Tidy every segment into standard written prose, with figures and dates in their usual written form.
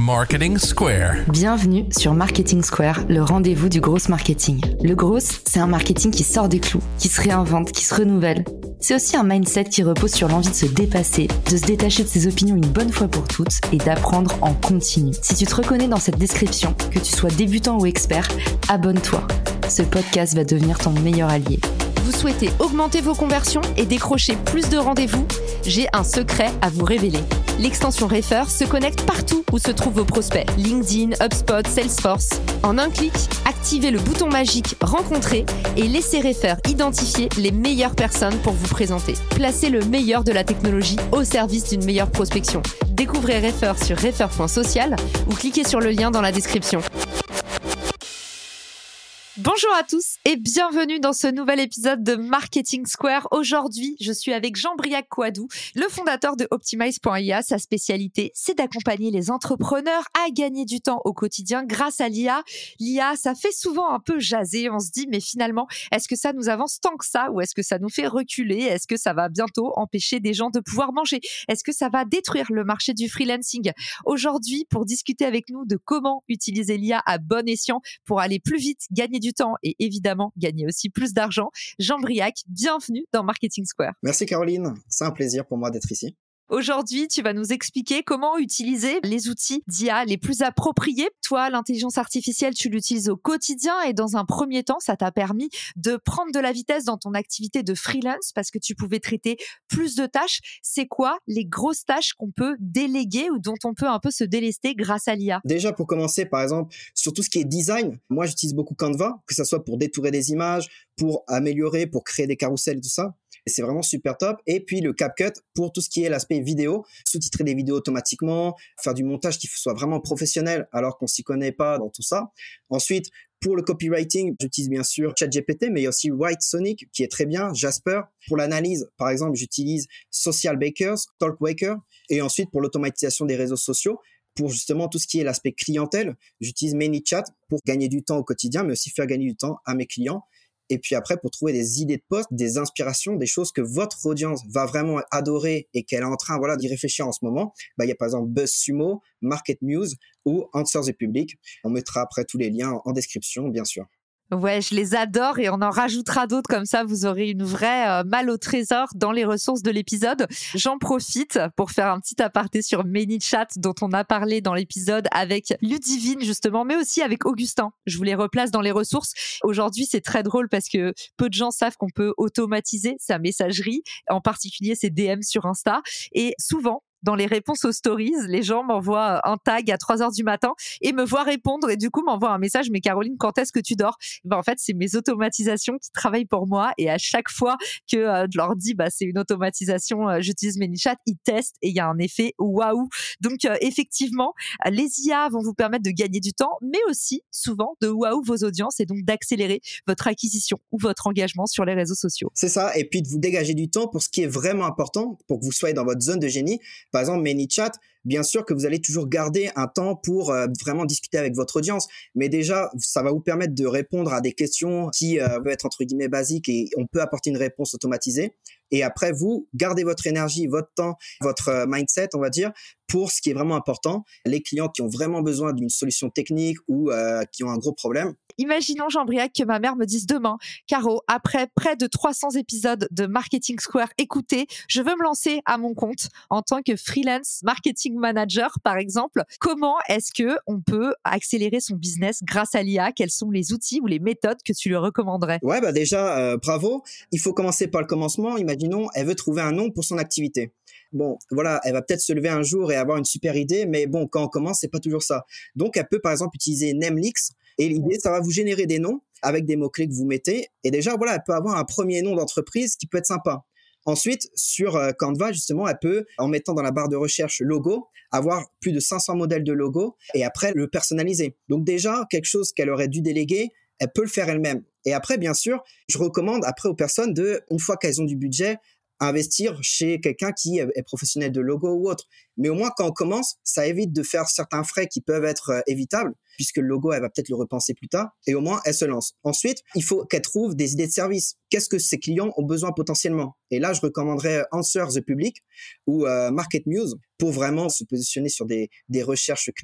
Marketing Square. Bienvenue sur Marketing Square, le rendez-vous du gros marketing. Le gros, c'est un marketing qui sort des clous, qui se réinvente, qui se renouvelle. C'est aussi un mindset qui repose sur l'envie de se dépasser, de se détacher de ses opinions une bonne fois pour toutes et d'apprendre en continu. Si tu te reconnais dans cette description, que tu sois débutant ou expert, abonne-toi. Ce podcast va devenir ton meilleur allié. Vous souhaitez augmenter vos conversions et décrocher plus de rendez-vous ? J'ai un secret à vous révéler. L'extension Refer se connecte partout où se trouvent vos prospects. LinkedIn, HubSpot, Salesforce. En un clic, activez le bouton magique Rencontrer et laissez Refer identifier les meilleures personnes pour vous présenter. Placez le meilleur de la technologie au service d'une meilleure prospection. Découvrez Refer sur refer.social ou cliquez sur le lien dans la description. Bonjour à tous et bienvenue dans ce nouvel épisode de Marketing Square. Aujourd'hui, je suis avec Jean-Briac Coadou, le fondateur de Optimize.ia. Sa spécialité, c'est d'accompagner les entrepreneurs à gagner du temps au quotidien grâce à l'IA. L'IA, ça fait souvent un peu jaser. On se dit, mais finalement, est-ce que ça nous avance tant que ça ou est-ce que ça nous fait reculer ? Est-ce que ça va bientôt empêcher des gens de pouvoir manger ? Est-ce que ça va détruire le marché du freelancing ? Aujourd'hui, pour discuter avec nous de comment utiliser l'IA à bon escient pour aller plus vite, gagner du temps et évidemment gagner aussi plus d'argent. Jean-Briac, bienvenue dans Marketing Square. Merci Caroline, c'est un plaisir pour moi d'être ici. Aujourd'hui, tu vas nous expliquer comment utiliser les outils d'IA les plus appropriés. Toi, l'intelligence artificielle, tu l'utilises au quotidien et dans un premier temps, ça t'a permis de prendre de la vitesse dans ton activité de freelance parce que tu pouvais traiter plus de tâches. C'est quoi les grosses tâches qu'on peut déléguer ou dont on peut un peu se délester grâce à l'IA ? Déjà, pour commencer, par exemple, sur tout ce qui est design, moi, j'utilise beaucoup Canva, que ce soit pour détourer des images, pour améliorer, pour créer des carousels et tout ça. Et c'est vraiment super top. Et puis le CapCut pour tout ce qui est l'aspect vidéo, sous-titrer des vidéos automatiquement, faire du montage qui soit vraiment professionnel alors qu'on s'y connaît pas dans tout ça. Ensuite, pour le copywriting, j'utilise bien sûr ChatGPT, mais il y a aussi Write-Sonic qui est très bien, Jasper. Pour l'analyse, par exemple, j'utilise Social Bakers, Talkwaker. Et ensuite, pour l'automatisation des réseaux sociaux, pour justement tout ce qui est l'aspect clientèle, j'utilise ManyChat pour gagner du temps au quotidien, mais aussi faire gagner du temps à mes clients. Et puis après, pour trouver des idées de posts, des inspirations, des choses que votre audience va vraiment adorer et qu'elle est en train d'y réfléchir en ce moment, il y a par exemple BuzzSumo, Market News ou Answer the Public. On mettra après tous les liens en description, bien sûr. Ouais, je les adore et on en rajoutera d'autres comme ça, vous aurez une vraie malle au trésor dans les ressources de l'épisode. J'en profite pour faire un petit aparté sur ManyChat dont on a parlé dans l'épisode avec Ludivine justement, mais aussi avec Augustin. Je vous les replace dans les ressources. Aujourd'hui, c'est très drôle parce que peu de gens savent qu'on peut automatiser sa messagerie, en particulier ses DM sur Insta et souvent, dans les réponses aux stories, les gens m'envoient un tag à 3h du matin et me voient répondre et du coup m'envoient un message, mais Caroline, quand est-ce que tu dors ? En fait, c'est mes automatisations qui travaillent pour moi et à chaque fois que je leur dis c'est une automatisation, j'utilise ManyChat, ils testent et il y a un effet waouh. Donc effectivement, les IA vont vous permettre de gagner du temps, mais aussi souvent de waouh vos audiences et donc d'accélérer votre acquisition ou votre engagement sur les réseaux sociaux. C'est ça, et puis de vous dégager du temps pour ce qui est vraiment important, pour que vous soyez dans votre zone de génie. Par exemple, ManyChat, bien sûr que vous allez toujours garder un temps pour vraiment discuter avec votre audience. Mais déjà, ça va vous permettre de répondre à des questions qui peuvent être entre guillemets basiques et on peut apporter une réponse automatisée. Et après, vous gardez votre énergie, votre temps, votre mindset, on va dire, pour ce qui est vraiment important. Les clients qui ont vraiment besoin d'une solution technique ou qui ont un gros problème. Imaginons, Jean-Briac, que ma mère me dise demain, Caro, après près de 300 épisodes de Marketing Square écoutés, je veux me lancer à mon compte en tant que freelance marketing manager, par exemple. Comment est-ce que on peut accélérer son business grâce à l'IA ? Quels sont les outils ou les méthodes que tu lui recommanderais ? Ouais, déjà, bravo. Il faut commencer par le commencement. Imaginons, elle veut trouver un nom pour son activité. Bon, voilà, elle va peut-être se lever un jour et avoir une super idée, mais bon, quand on commence, c'est pas toujours ça. Donc, elle peut, par exemple, utiliser Namelix. Et l'idée, ça va vous générer des noms avec des mots-clés que vous mettez. Et déjà, voilà, elle peut avoir un premier nom d'entreprise qui peut être sympa. Ensuite, sur Canva, justement, elle peut, en mettant dans la barre de recherche logo, avoir plus de 500 modèles de logos et après le personnaliser. Donc déjà, quelque chose qu'elle aurait dû déléguer, elle peut le faire elle-même. Et après, bien sûr, je recommande après aux personnes une fois qu'elles ont du budget, investir chez quelqu'un qui est professionnel de logo ou autre. Mais au moins, quand on commence, ça évite de faire certains frais qui peuvent être évitables, puisque le logo, elle va peut-être le repenser plus tard, et au moins, elle se lance. Ensuite, il faut qu'elle trouve des idées de service. Qu'est-ce que ses clients ont besoin potentiellement? Et là, je recommanderais Answer the Public ou Market News pour vraiment se positionner sur des recherches clés.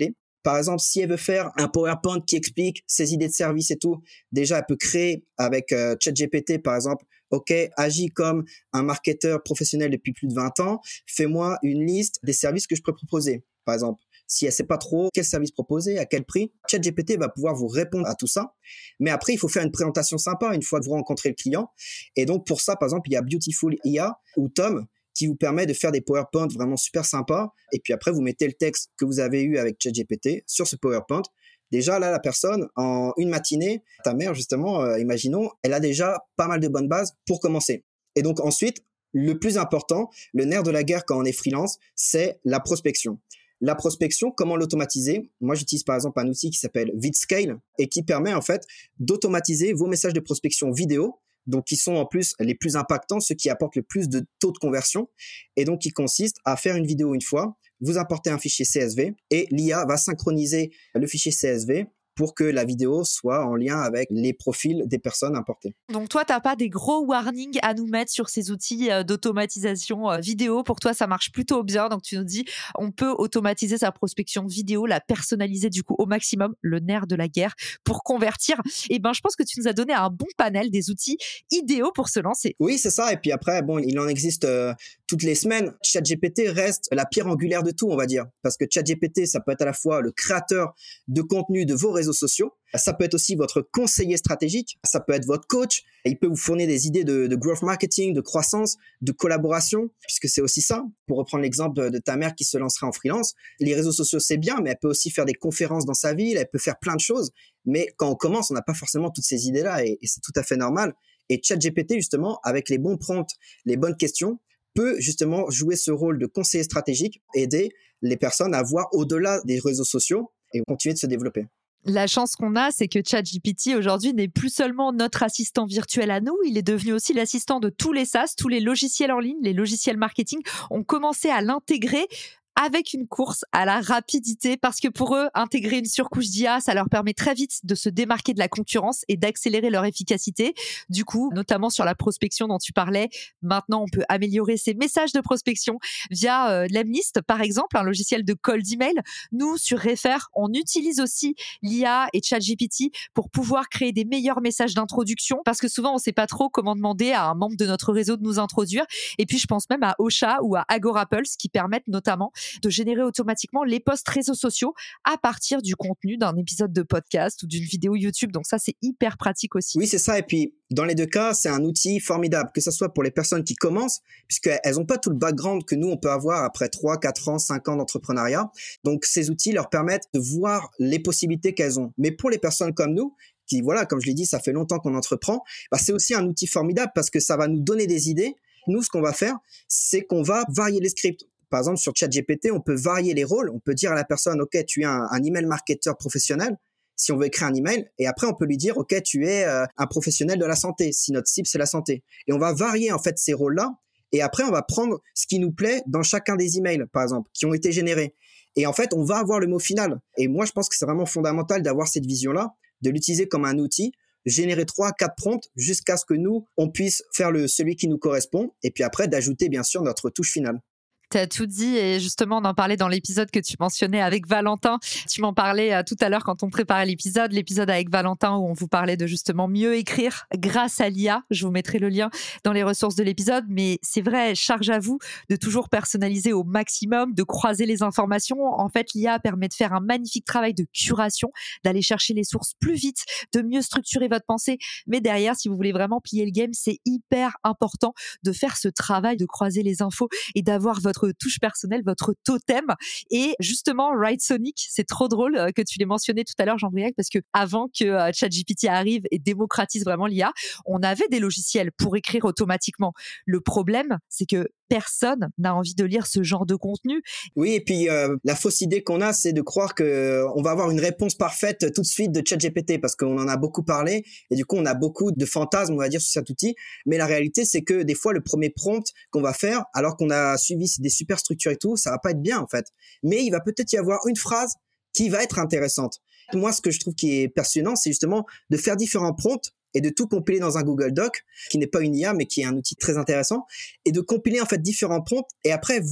Par exemple, si elle veut faire un PowerPoint qui explique ses idées de service et tout, déjà, elle peut créer avec ChatGPT, par exemple, OK, agis comme un marketeur professionnel depuis plus de 20 ans, fais-moi une liste des services que je peux proposer, par exemple. Si elle sait pas trop quel service proposer, à quel prix, ChatGPT va pouvoir vous répondre à tout ça. Mais après, il faut faire une présentation sympa une fois que vous rencontrez le client. Et donc, pour ça, par exemple, il y a Beautiful IA ou Tom qui vous permet de faire des PowerPoint vraiment super sympas. Et puis après, vous mettez le texte que vous avez eu avec ChatGPT sur ce PowerPoint. Déjà, là, la personne, en une matinée, ta mère, justement, imaginons, elle a déjà pas mal de bonnes bases pour commencer. Et donc ensuite, le plus important, le nerf de la guerre quand on est freelance, c'est la prospection. La prospection, comment l'automatiser? Moi, j'utilise par exemple un outil qui s'appelle VidScale et qui permet en fait d'automatiser vos messages de prospection vidéo, donc qui sont en plus les plus impactants, ceux qui apportent le plus de taux de conversion, et donc qui consiste à faire une vidéo une fois, vous importez un fichier CSV et l'IA va synchroniser le fichier CSV pour que la vidéo soit en lien avec les profils des personnes importées. Donc toi, tu n'as pas des gros warnings à nous mettre sur ces outils d'automatisation vidéo. Pour toi, ça marche plutôt bien. Donc tu nous dis, on peut automatiser sa prospection vidéo, la personnaliser du coup au maximum, le nerf de la guerre, pour convertir. Et ben, je pense que tu nous as donné un bon panel des outils idéaux pour se lancer. Oui, c'est ça. Et puis après, bon, il en existe toutes les semaines. ChatGPT reste la pierre angulaire de tout, on va dire. Parce que ChatGPT, ça peut être à la fois le créateur de contenu de vos réseaux sociaux. Ça peut être aussi votre conseiller stratégique. Ça peut être votre coach. Et il peut vous fournir des idées de growth marketing, de croissance, de collaboration, puisque c'est aussi ça. Pour reprendre l'exemple de ta mère qui se lancerait en freelance, les réseaux sociaux, c'est bien, mais elle peut aussi faire des conférences dans sa ville. Elle peut faire plein de choses. Mais quand on commence, on n'a pas forcément toutes ces idées-là et c'est tout à fait normal. Et ChatGPT, justement, avec les bons prompts, les bonnes questions, peut justement jouer ce rôle de conseiller stratégique, aider les personnes à voir au-delà des réseaux sociaux et continuer de se développer. La chance qu'on a, c'est que ChatGPT aujourd'hui n'est plus seulement notre assistant virtuel à nous, il est devenu aussi l'assistant de tous les SaaS, tous les logiciels en ligne, les logiciels marketing ont commencé à l'intégrer avec une course à la rapidité, parce que pour eux, intégrer une surcouche d'IA, ça leur permet très vite de se démarquer de la concurrence et d'accélérer leur efficacité. Du coup, notamment sur la prospection dont tu parlais, maintenant on peut améliorer ses messages de prospection via Lemlist, par exemple, un logiciel de cold email. Nous, sur Refer, on utilise aussi l'IA et ChatGPT pour pouvoir créer des meilleurs messages d'introduction, parce que souvent on ne sait pas trop comment demander à un membre de notre réseau de nous introduire. Et puis je pense même à Ocha ou à Agorapulse qui permettent notamment de générer automatiquement les posts réseaux sociaux à partir du contenu d'un épisode de podcast ou d'une vidéo YouTube. Donc ça, c'est hyper pratique aussi. Oui, c'est ça. Et puis, dans les deux cas, c'est un outil formidable, que ce soit pour les personnes qui commencent, puisqu'elles n'ont pas tout le background que nous, on peut avoir après 3, 4 ans, 5 ans d'entrepreneuriat. Donc, ces outils leur permettent de voir les possibilités qu'elles ont. Mais pour les personnes comme nous, qui, voilà, comme je l'ai dit, ça fait longtemps qu'on entreprend, bah, c'est aussi un outil formidable parce que ça va nous donner des idées. Nous, ce qu'on va faire, c'est qu'on va varier les scripts. Par exemple, sur ChatGPT, on peut varier les rôles. On peut dire à la personne, OK, tu es un email marketeur professionnel, si on veut écrire un email. Et après, on peut lui dire, OK, tu es un professionnel de la santé, si notre cible, c'est la santé. Et on va varier, en fait, ces rôles-là. Et après, on va prendre ce qui nous plaît dans chacun des emails, par exemple, qui ont été générés. Et en fait, on va avoir le mot final. Et moi, je pense que c'est vraiment fondamental d'avoir cette vision-là, de l'utiliser comme un outil, générer 3, 4 prompts jusqu'à ce que nous, on puisse faire celui qui nous correspond. Et puis après, d'ajouter, bien sûr, notre touche finale. Tu as tout dit et justement, on en parlait dans l'épisode que tu mentionnais avec Valentin. Tu m'en parlais tout à l'heure quand on préparait l'épisode avec Valentin où on vous parlait de justement mieux écrire grâce à l'IA. Je vous mettrai le lien dans les ressources de l'épisode, mais c'est vrai, charge à vous de toujours personnaliser au maximum, de croiser les informations. En fait, l'IA permet de faire un magnifique travail de curation, d'aller chercher les sources plus vite, de mieux structurer votre pensée. Mais derrière, si vous voulez vraiment plier le game, c'est hyper important de faire ce travail, de croiser les infos et d'avoir votre touche personnelle, votre totem. Et justement, Writesonic, c'est trop drôle que tu l'aies mentionné tout à l'heure, Jean-Briac, parce que avant que ChatGPT arrive et démocratise vraiment l'IA, on avait des logiciels pour écrire automatiquement. Le problème, c'est que personne n'a envie de lire ce genre de contenu. Oui, et puis la fausse idée qu'on a, c'est de croire que on va avoir une réponse parfaite tout de suite de ChatGPT, parce qu'on en a beaucoup parlé, et du coup, on a beaucoup de fantasmes, on va dire, sur cet outil. Mais la réalité, c'est que des fois, le premier prompt qu'on va faire, alors qu'on a suivi des super structures et tout, ça va pas être bien, en fait. Mais il va peut-être y avoir une phrase qui va être intéressante. Moi, ce que je trouve qui est passionnant, c'est justement de faire différents prompts et de tout compiler dans un Google Doc, qui n'est pas une IA, mais qui est un outil très intéressant, et de compiler en fait différents prompts. Et après, vous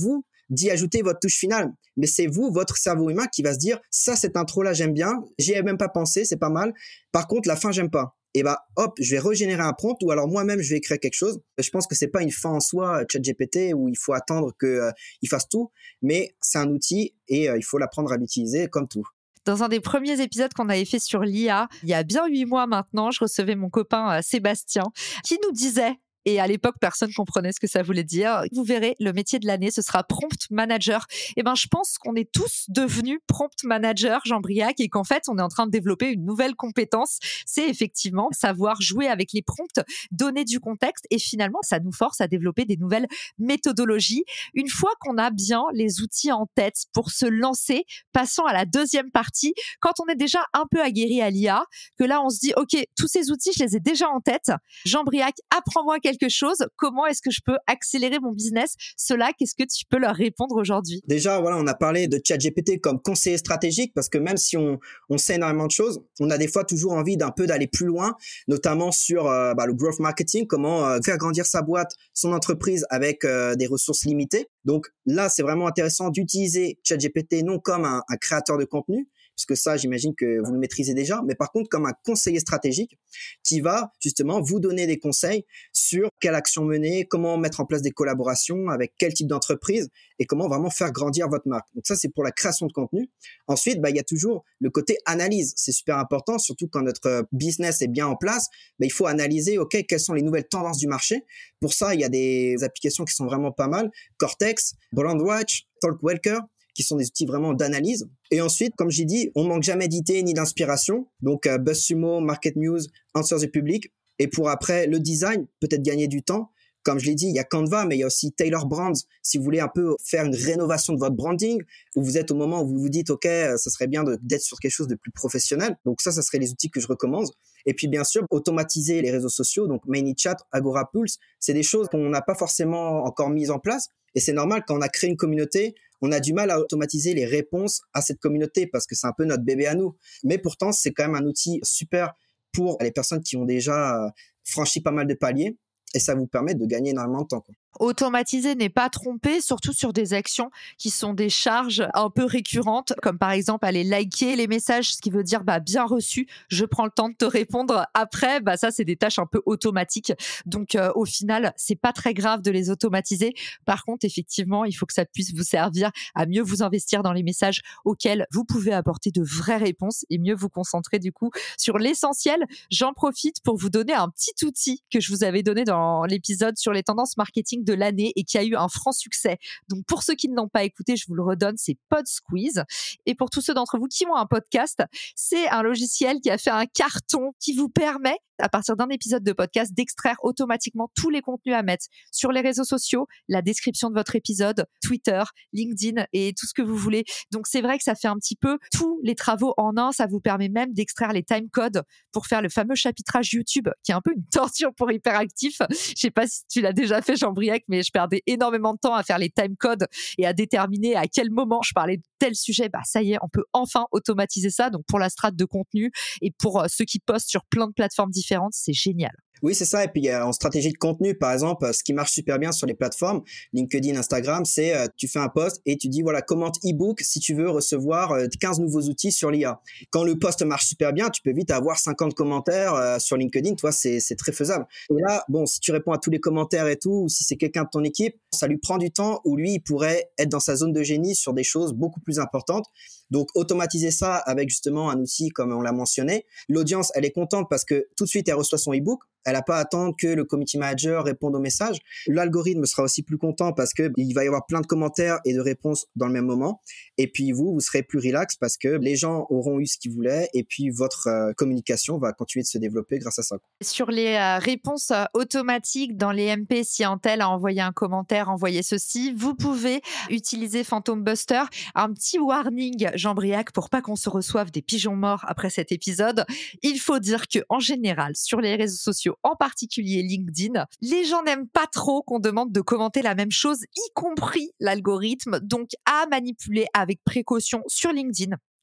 d'y ajouter votre touche finale. Mais c'est vous, votre cerveau humain, qui va se dire, ça, cette intro-là, j'aime bien, j'y ai même pas pensé, c'est pas mal. Par contre, la fin, j'aime pas. Et hop, je vais régénérer un prompt, ou alors moi-même, je vais écrire quelque chose. Je pense que c'est pas une fin en soi, ChatGPT, où il faut attendre qu'il fasse tout, mais c'est un outil et il faut l'apprendre à l'utiliser comme tout. Dans un des premiers épisodes qu'on avait fait sur l'IA, il y a bien 8 mois maintenant, je recevais mon copain Sébastien qui nous disait, et à l'époque, personne comprenait ce que ça voulait dire. Vous verrez, le métier de l'année, ce sera prompt manager. Et je pense qu'on est tous devenus prompt manager, Jean Briac, et qu'en fait, on est en train de développer une nouvelle compétence. C'est effectivement savoir jouer avec les prompts, donner du contexte, et finalement, ça nous force à développer des nouvelles méthodologies. Une fois qu'on a bien les outils en tête pour se lancer, passons à la deuxième partie. Quand on est déjà un peu aguerri à l'IA, que là, on se dit, OK, tous ces outils, je les ai déjà en tête. Jean Briac, apprends-moi quelque chose. Comment est-ce que je peux accélérer mon business? Cela, qu'est-ce que tu peux leur répondre aujourd'hui? Déjà, voilà, on a parlé de ChatGPT comme conseiller stratégique parce que même si on sait énormément de choses, on a des fois toujours envie d'aller plus loin, notamment sur le growth marketing, comment faire grandir sa boîte, son entreprise avec des ressources limitées. Donc là, c'est vraiment intéressant d'utiliser ChatGPT non comme un créateur de contenu, puisque ça, j'imagine que vous le maîtrisez déjà, mais par contre comme un conseiller stratégique qui va justement vous donner des conseils sur quelle action mener, comment mettre en place des collaborations avec quel type d'entreprise et comment vraiment faire grandir votre marque. Donc ça, c'est pour la création de contenu. Ensuite, il y a toujours le côté analyse. C'est super important, surtout quand notre business est bien en place. Il faut analyser, OK, quelles sont les nouvelles tendances du marché. Pour ça, il y a des applications qui sont vraiment pas mal. Cortex, Brandwatch, Talkwalker, qui sont des outils vraiment d'analyse. Et ensuite, comme j'ai dit, on manque jamais d'idées ni d'inspiration. Donc, BuzzSumo, Market News, Answer the Public. Et pour après, le design, peut-être gagner du temps. Comme je l'ai dit, il y a Canva, mais il y a aussi Tailor Brands. Si vous voulez un peu faire une rénovation de votre branding, où vous êtes au moment où vous vous dites, OK, ça serait bien d'être sur quelque chose de plus professionnel. Donc ça serait les outils que je recommande. Et puis, bien sûr, automatiser les réseaux sociaux. Donc, ManyChat, Agora Pulse, c'est des choses qu'on n'a pas forcément encore mises en place. Et c'est normal, quand on a créé une communauté, on a du mal à automatiser les réponses à cette communauté parce que c'est un peu notre bébé à nous. Mais pourtant, c'est quand même un outil super pour les personnes qui ont déjà franchi pas mal de paliers et ça vous permet de gagner énormément de temps, quoi. Automatiser n'est pas tromper, surtout sur des actions qui sont des charges un peu récurrentes, comme par exemple aller liker les messages, ce qui veut dire bien reçu, je prends le temps de te répondre après. Ça, c'est des tâches un peu automatiques. Donc, au final, c'est pas très grave de les automatiser. Par contre, effectivement, il faut que ça puisse vous servir à mieux vous investir dans les messages auxquels vous pouvez apporter de vraies réponses et mieux vous concentrer du coup sur l'essentiel. J'en profite pour vous donner un petit outil que je vous avais donné dans l'épisode sur les tendances marketing de l'année et qui a eu un franc succès. Donc, pour ceux qui ne l'ont pas écouté, je vous le redonne, c'est PodSqueeze. Et pour tous ceux d'entre vous qui ont un podcast, c'est un logiciel qui a fait un carton qui vous permet, à partir d'un épisode de podcast, d'extraire automatiquement tous les contenus à mettre sur les réseaux sociaux, la description de votre épisode, Twitter, LinkedIn et tout ce que vous voulez. Donc, c'est vrai que ça fait un petit peu tous les travaux en un. Ça vous permet même d'extraire les timecodes pour faire le fameux chapitrage YouTube, qui est un peu une torture pour hyperactifs. Je sais pas si tu l'as déjà fait, Jean Briac, mais je perdais énormément de temps à faire les timecodes et à déterminer à quel moment je parlais de tel sujet. Ça y est, on peut enfin automatiser ça. Donc, pour la strate de contenu et pour ceux qui postent sur plein de plateformes différentes, c'est génial. Oui, c'est ça. Et puis, en stratégie de contenu, par exemple, ce qui marche super bien sur les plateformes, LinkedIn, Instagram, c'est tu fais un post et tu dis, voilà, commente e-book si tu veux recevoir 15 nouveaux outils sur l'IA. Quand le post marche super bien, tu peux vite avoir 50 commentaires sur LinkedIn. Toi, c'est très faisable. Et là, si tu réponds à tous les commentaires et tout, ou si c'est quelqu'un de ton équipe, ça lui prend du temps où lui, il pourrait être dans sa zone de génie sur des choses beaucoup plus importantes. Donc, automatiser ça avec justement un outil comme on l'a mentionné. L'audience, elle est contente parce que tout de suite, elle reçoit son e-book. Elle n'a pas à attendre que le community manager réponde au message. L'algorithme sera aussi plus content parce que il va y avoir plein de commentaires et de réponses dans le même moment. Et puis vous serez plus relax parce que les gens auront eu ce qu'ils voulaient et puis votre communication va continuer de se développer grâce à ça. Sur les réponses automatiques dans les MP, si un tel a envoyé un commentaire, envoyez ceci, vous pouvez utiliser Phantom Buster. Un petit warning, Jean Briac, pour pas qu'on se reçoive des pigeons morts après cet épisode. Il faut dire que en général, sur les réseaux sociaux, en particulier LinkedIn, les gens n'aiment pas trop qu'on demande de commenter la même chose, y compris l'algorithme. Donc, à manipuler avec précaution sur LinkedIn.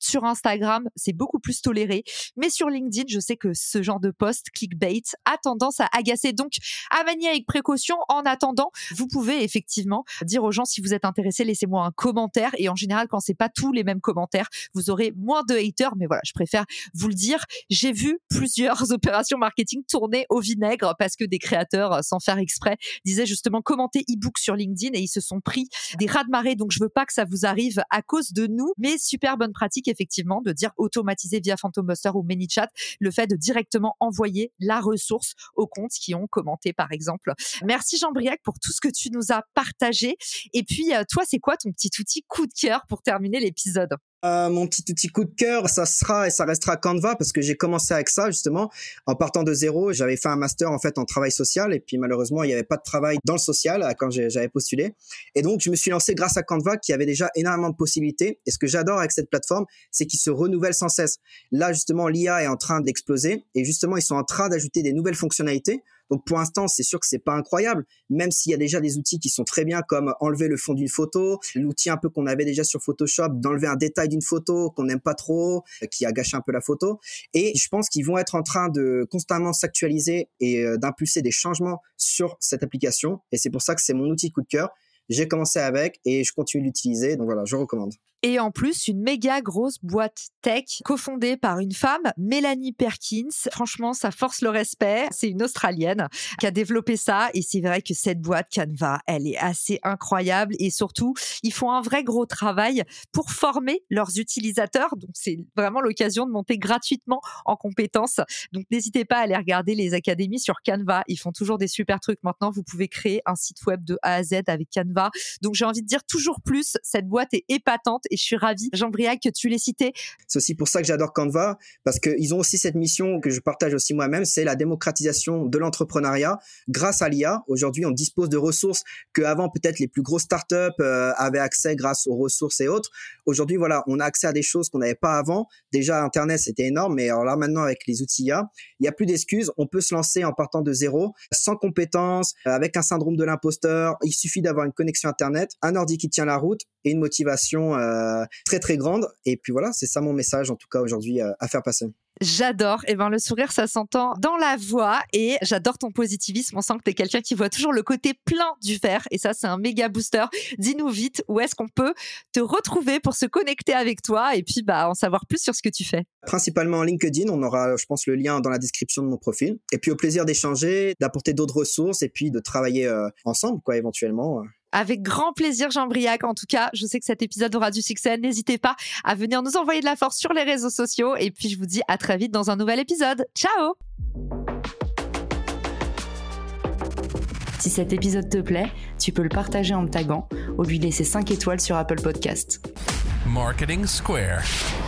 Sur Instagram, c'est beaucoup plus toléré. Mais sur LinkedIn, je sais que ce genre de post clickbait a tendance à agacer. Donc, à manier avec précaution. En attendant, vous pouvez effectivement dire aux gens si vous êtes intéressés, laissez-moi un commentaire. Et en général, quand c'est pas tous les mêmes commentaires, vous aurez moins de haters. Mais voilà, je préfère vous le dire. J'ai vu plusieurs opérations marketing tourner au vinaigre parce que des créateurs, sans faire exprès, disaient justement commenter e-book sur LinkedIn et ils se sont pris des raz-de-marée. Donc, je veux pas que ça vous arrive à cause de nous. Mais super bonne pratique, effectivement, de dire automatiser via Phantom Buster ou ManyChat, le fait de directement envoyer la ressource aux comptes qui ont commenté, par exemple. Merci Jean Briac pour tout ce que tu nous as partagé. Et puis, toi, c'est quoi ton petit outil coup de cœur pour terminer l'épisode ? Mon petit outil coup de cœur, ça sera et ça restera Canva parce que j'ai commencé avec ça justement en partant de zéro. J'avais fait un master en fait en travail social et puis malheureusement il n'y avait pas de travail dans le social quand j'avais postulé et donc je me suis lancé grâce à Canva qui avait déjà énormément de possibilités. Et ce que j'adore avec cette plateforme, c'est qu'il se renouvelle sans cesse. Là justement l'IA est en train d'exploser et justement ils sont en train d'ajouter des nouvelles fonctionnalités. Donc pour l'instant, c'est sûr que c'est pas incroyable, même s'il y a déjà des outils qui sont très bien comme enlever le fond d'une photo, l'outil un peu qu'on avait déjà sur Photoshop d'enlever un détail d'une photo qu'on n'aime pas trop, qui a gâché un peu la photo. Et je pense qu'ils vont être en train de constamment s'actualiser et d'impulser des changements sur cette application. Et c'est pour ça que c'est mon outil coup de cœur. J'ai commencé avec et je continue de l'utiliser. Donc voilà, je recommande. Et en plus, une méga grosse boîte tech cofondée par une femme, Mélanie Perkins. Franchement, ça force le respect. C'est une Australienne qui a développé ça. Et c'est vrai que cette boîte Canva, elle est assez incroyable. Et surtout, ils font un vrai gros travail pour former leurs utilisateurs. Donc, c'est vraiment l'occasion de monter gratuitement en compétences. Donc, n'hésitez pas à aller regarder les académies sur Canva. Ils font toujours des super trucs. Maintenant, vous pouvez créer un site web de A à Z avec Canva. Donc, j'ai envie de dire toujours plus. Cette boîte est épatante. Et je suis ravie, Jean Briac, que tu l'aies cité. C'est aussi pour ça que j'adore Canva, parce qu'ils ont aussi cette mission que je partage aussi moi-même, c'est la démocratisation de l'entrepreneuriat. Grâce à l'IA, aujourd'hui, on dispose de ressources qu'avant, peut-être, les plus grosses startups avaient accès grâce aux ressources et autres. Aujourd'hui, voilà, on a accès à des choses qu'on n'avait pas avant. Déjà, Internet, c'était énorme, mais alors là, maintenant, avec les outils IA, il n'y a plus d'excuses. On peut se lancer en partant de zéro, sans compétences, avec un syndrome de l'imposteur. Il suffit d'avoir une connexion Internet, un ordi qui tient la route et une motivation très très grande. Et puis voilà, c'est ça mon message en tout cas aujourd'hui à faire passer. J'adore. Et ben le sourire, ça s'entend dans la voix et j'adore ton positivisme. On sent que t'es quelqu'un qui voit toujours le côté plein du verre et ça, c'est un méga booster. Dis-nous vite où est-ce qu'on peut te retrouver pour se connecter avec toi et puis en savoir plus sur ce que tu fais. Principalement LinkedIn, on aura, je pense, le lien dans la description de mon profil. Et puis au plaisir d'échanger, d'apporter d'autres ressources et puis de travailler ensemble, quoi, éventuellement. Avec grand plaisir, Jean Briac. En tout cas, je sais que cet épisode aura du succès. N'hésitez pas à venir nous envoyer de la force sur les réseaux sociaux. Et puis, je vous dis à très vite dans un nouvel épisode. Ciao! Si cet épisode te plaît, tu peux le partager en me taguant ou lui laisser 5 étoiles sur Apple Podcast. Marketing Square.